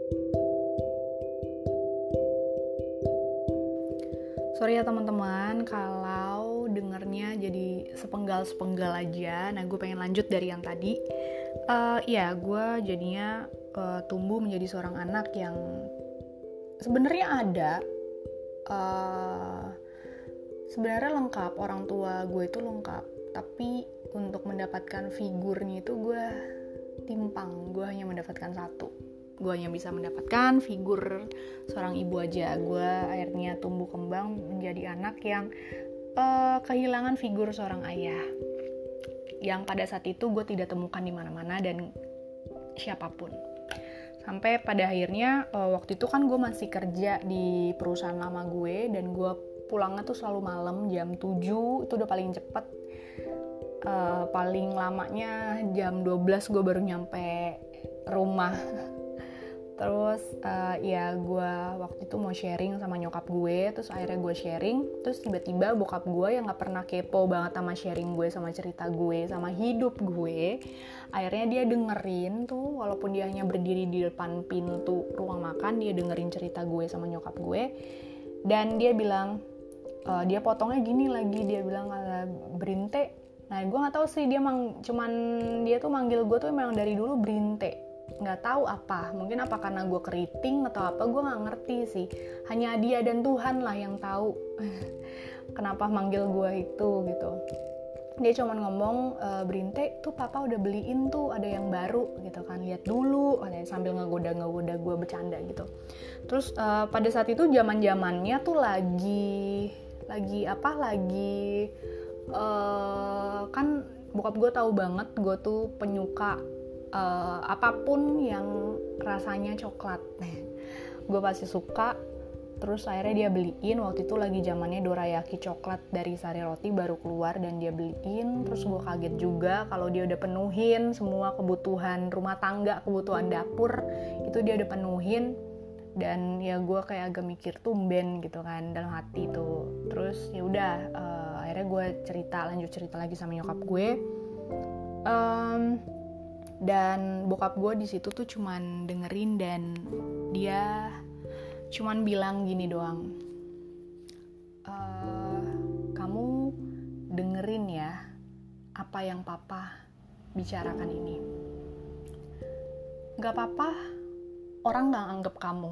Sorry ya teman-teman kalau dengernya jadi sepenggal-sepenggal aja. Nah, gue pengen lanjut dari yang tadi. Gue jadinya tumbuh menjadi seorang anak yang sebenarnya ada. Sebenarnya lengkap, orang tua gue itu lengkap. Tapi untuk mendapatkan figurnya itu gue timpang. Gue hanya mendapatkan satu. Gue hanya bisa mendapatkan figur seorang ibu aja. Gue akhirnya tumbuh kembang menjadi anak yang kehilangan figur seorang ayah, yang pada saat itu gue tidak temukan di mana-mana dan siapapun. Sampai pada akhirnya waktu itu kan gue masih kerja di perusahaan lama gue, dan gue pulangnya tuh selalu malam jam 7, itu udah paling cepet. Paling lamanya jam 12 gue baru nyampe rumah. Terus gue waktu itu mau sharing sama nyokap gue, terus akhirnya gue sharing, terus tiba-tiba bokap gue yang gak pernah kepo banget sama sharing gue, sama cerita gue, sama hidup gue, akhirnya dia dengerin tuh, walaupun dia hanya berdiri di depan pintu ruang makan, dia dengerin cerita gue sama nyokap gue, dan dia bilang, dia potongnya gini lagi, dia bilang Brinte. Nah, gue gak tahu sih, dia dia tuh manggil gue tuh memang dari dulu Brinte. Nggak tahu apa, mungkin apa karena gue keriting atau apa, gue nggak ngerti sih. Hanya dia dan Tuhan lah yang tahu kenapa manggil gue itu gitu. Dia cuma ngomong, Brinte tuh papa udah beliin tuh, ada yang baru gitu kan, lihat dulu, sambil ngegoda gue bercanda gitu. Terus pada saat itu zaman-zamannya tuh lagi kan bokap gue tahu banget gue tuh penyuka apapun yang rasanya coklat. Gue pasti suka. Terus akhirnya dia beliin, waktu itu lagi zamannya dorayaki coklat dari Sari Roti baru keluar, dan dia beliin. Terus gue kaget juga kalau dia udah penuhin semua kebutuhan rumah tangga, kebutuhan dapur itu dia udah penuhin. Dan ya gue kayak agak mikir tumben gitu kan dalam hati tuh. Terus ya udah akhirnya gue lanjut cerita lagi sama nyokap gue. Dan bokap gue di situ tuh cuman dengerin, dan dia cuman bilang gini doang, kamu dengerin ya apa yang papa bicarakan ini. Gak apa-apa orang gak anggap kamu.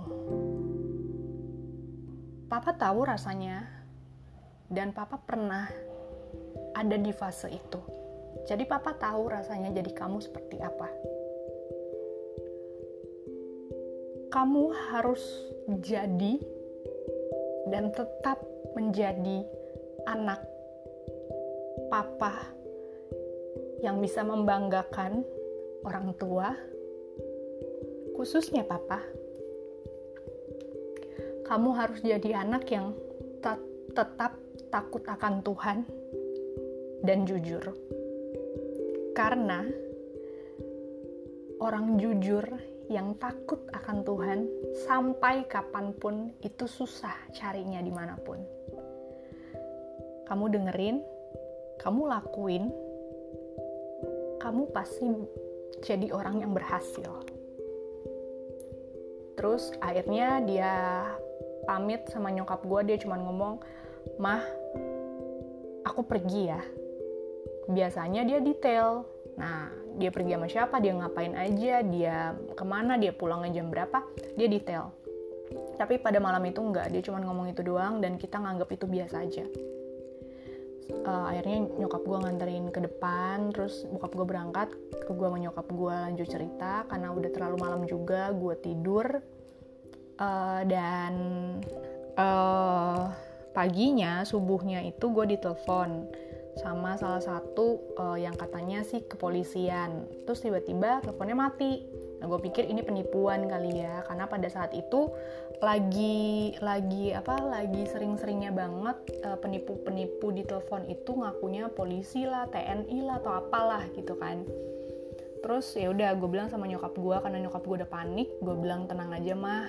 Papa tahu rasanya, dan papa pernah ada di fase itu. Jadi papa tahu rasanya jadi kamu seperti apa. Kamu harus jadi dan tetap menjadi anak papa yang bisa membanggakan orang tua, khususnya papa. Kamu harus jadi anak yang tetap takut akan Tuhan dan jujur. Karena orang jujur yang takut akan Tuhan sampai kapanpun itu susah carinya dimanapun. Kamu dengerin, kamu lakuin, kamu pasti jadi orang yang berhasil. Terus akhirnya dia pamit sama nyokap gue, dia cuma ngomong, "Mah, aku pergi ya." Biasanya dia detail. Nah, dia pergi sama siapa, dia ngapain aja, dia kemana, dia pulangnya jam berapa, dia detail. Tapi pada malam itu enggak, dia cuma ngomong itu doang, dan kita nganggap itu biasa aja. Akhirnya nyokap gue nganterin ke depan, terus bokap gue berangkat, gue sama nyokap gue lanjut cerita, karena udah terlalu malam juga, gue tidur. Dan paginya, subuhnya itu gue ditelepon sama salah satu yang katanya sih kepolisian. Terus tiba-tiba teleponnya mati. Nah, gue pikir ini penipuan kali ya, karena pada saat itu lagi sering-seringnya banget penipu-penipu di telepon itu ngakunya polisi lah, TNI lah, atau apalah gitu kan. Terus ya udah, gue bilang sama nyokap gue, karena nyokap gue udah panik, gue bilang tenang aja mah,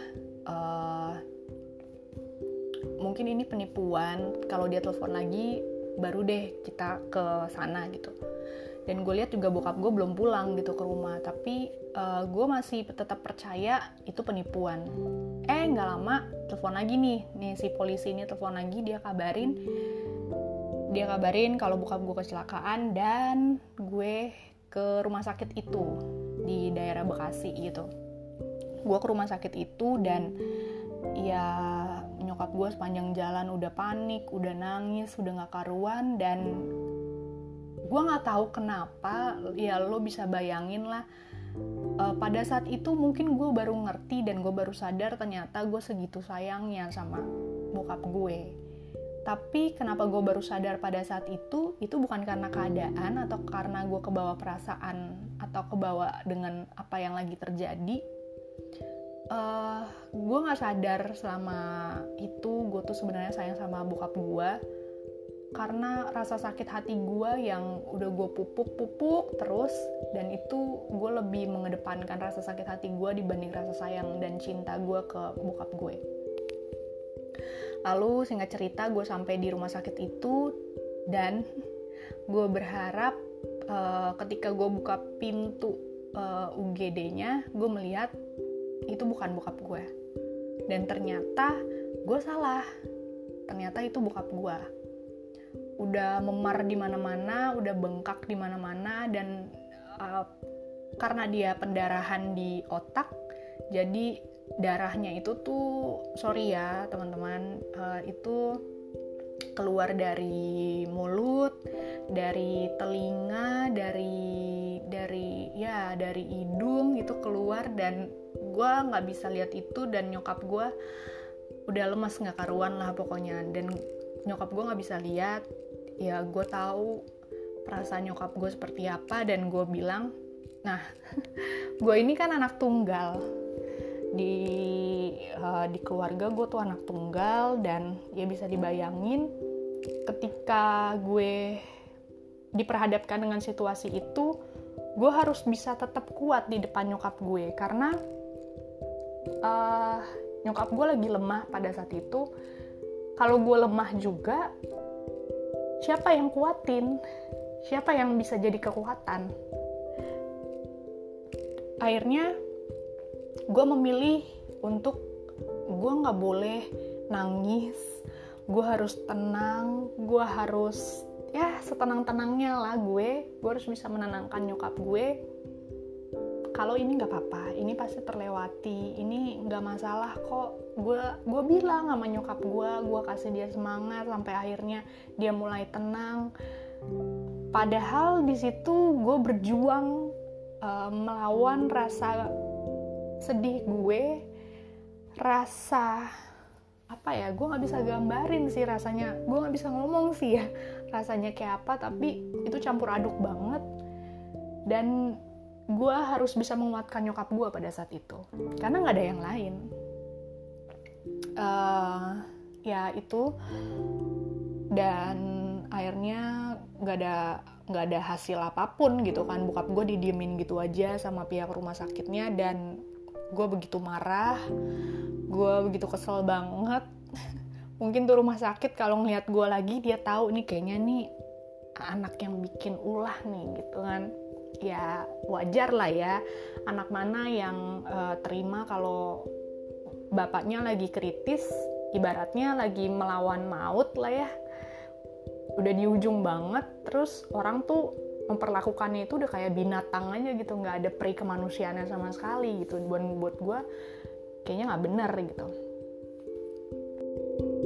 mungkin ini penipuan, kalau dia telepon lagi baru deh kita ke sana gitu. dan gue lihat juga bokap gue belum pulang gitu ke rumah, tapi gue masih tetap percaya itu penipuan. Nggak lama telepon lagi nih si polisi ini telepon lagi, dia kabarin kalau bokap gue kecelakaan dan gue ke rumah sakit itu di daerah Bekasi gitu. Gue ke rumah sakit itu dan ya nyokap gue sepanjang jalan udah panik, udah nangis, udah nggak karuan, dan gue nggak tahu kenapa, ya lo bisa bayangin lah, pada saat itu mungkin gue baru ngerti dan gue baru sadar ternyata gue segitu sayangnya sama bokap gue. Tapi kenapa gue baru sadar pada saat itu bukan karena keadaan atau karena gue kebawa perasaan atau kebawa dengan apa yang lagi terjadi. Gue nggak sadar selama itu gue tuh sebenarnya sayang sama bokap gue, karena rasa sakit hati gue yang udah gue pupuk terus, dan itu gue lebih mengedepankan rasa sakit hati gue dibanding rasa sayang dan cinta gue ke bokap gue. Lalu singkat cerita gue sampai di rumah sakit itu, dan gue berharap ketika gue buka pintu UGD-nya, gue melihat itu bukan bokap gue, dan ternyata gue salah, ternyata itu bokap gue. Udah memar di mana-mana, udah bengkak di mana-mana, dan karena dia pendarahan di otak, jadi darahnya itu tuh, sorry ya teman-teman, itu keluar dari mulut, dari telinga, dari hidung itu keluar, dan gue nggak bisa lihat itu, dan nyokap gue udah lemas nggak karuan lah pokoknya, dan nyokap gue nggak bisa lihat. Ya gue tahu perasaan nyokap gue seperti apa, dan gue bilang, nah gue ini kan anak tunggal di keluarga gue tuh anak tunggal, dan ya bisa dibayangin ketika gue diperhadapkan dengan situasi itu, gue harus bisa tetap kuat di depan nyokap gue, karena nyokap gue lagi lemah pada saat itu. Kalau gue lemah juga, siapa yang kuatin? Siapa yang bisa jadi kekuatan? Akhirnya gue memilih untuk gue gak boleh nangis, gue harus tenang, gue harus ya setenang-tenangnya lah, gue harus bisa menenangkan nyokap gue. Kalau ini gak apa-apa, ini pasti terlewati, ini gak masalah kok. Gue bilang sama nyokap gue kasih dia semangat sampai akhirnya dia mulai tenang. Padahal di situ gue berjuang melawan rasa sedih gue, rasa apa ya, gue nggak bisa gambarin sih rasanya, gue nggak bisa ngomong sih ya rasanya kayak apa, tapi itu campur aduk banget, dan gue harus bisa menguatkan nyokap gue pada saat itu karena nggak ada yang lain. Ya itu, dan akhirnya nggak ada hasil apapun gitu kan, bokap gue didiemin gitu aja sama pihak rumah sakitnya, dan gue begitu marah, gue begitu kesel banget. Mungkin tuh rumah sakit kalau ngeliat gue lagi, dia tahu nih kayaknya nih anak yang bikin ulah nih gitu kan. Ya wajar lah ya, anak mana yang terima kalau bapaknya lagi kritis, ibaratnya lagi melawan maut lah ya, udah di ujung banget, terus orang tuh memperlakukannya itu udah kayak binatang aja gitu, nggak ada peri kemanusiaannya sama sekali gitu. Buat gue kayaknya nggak benar gitu.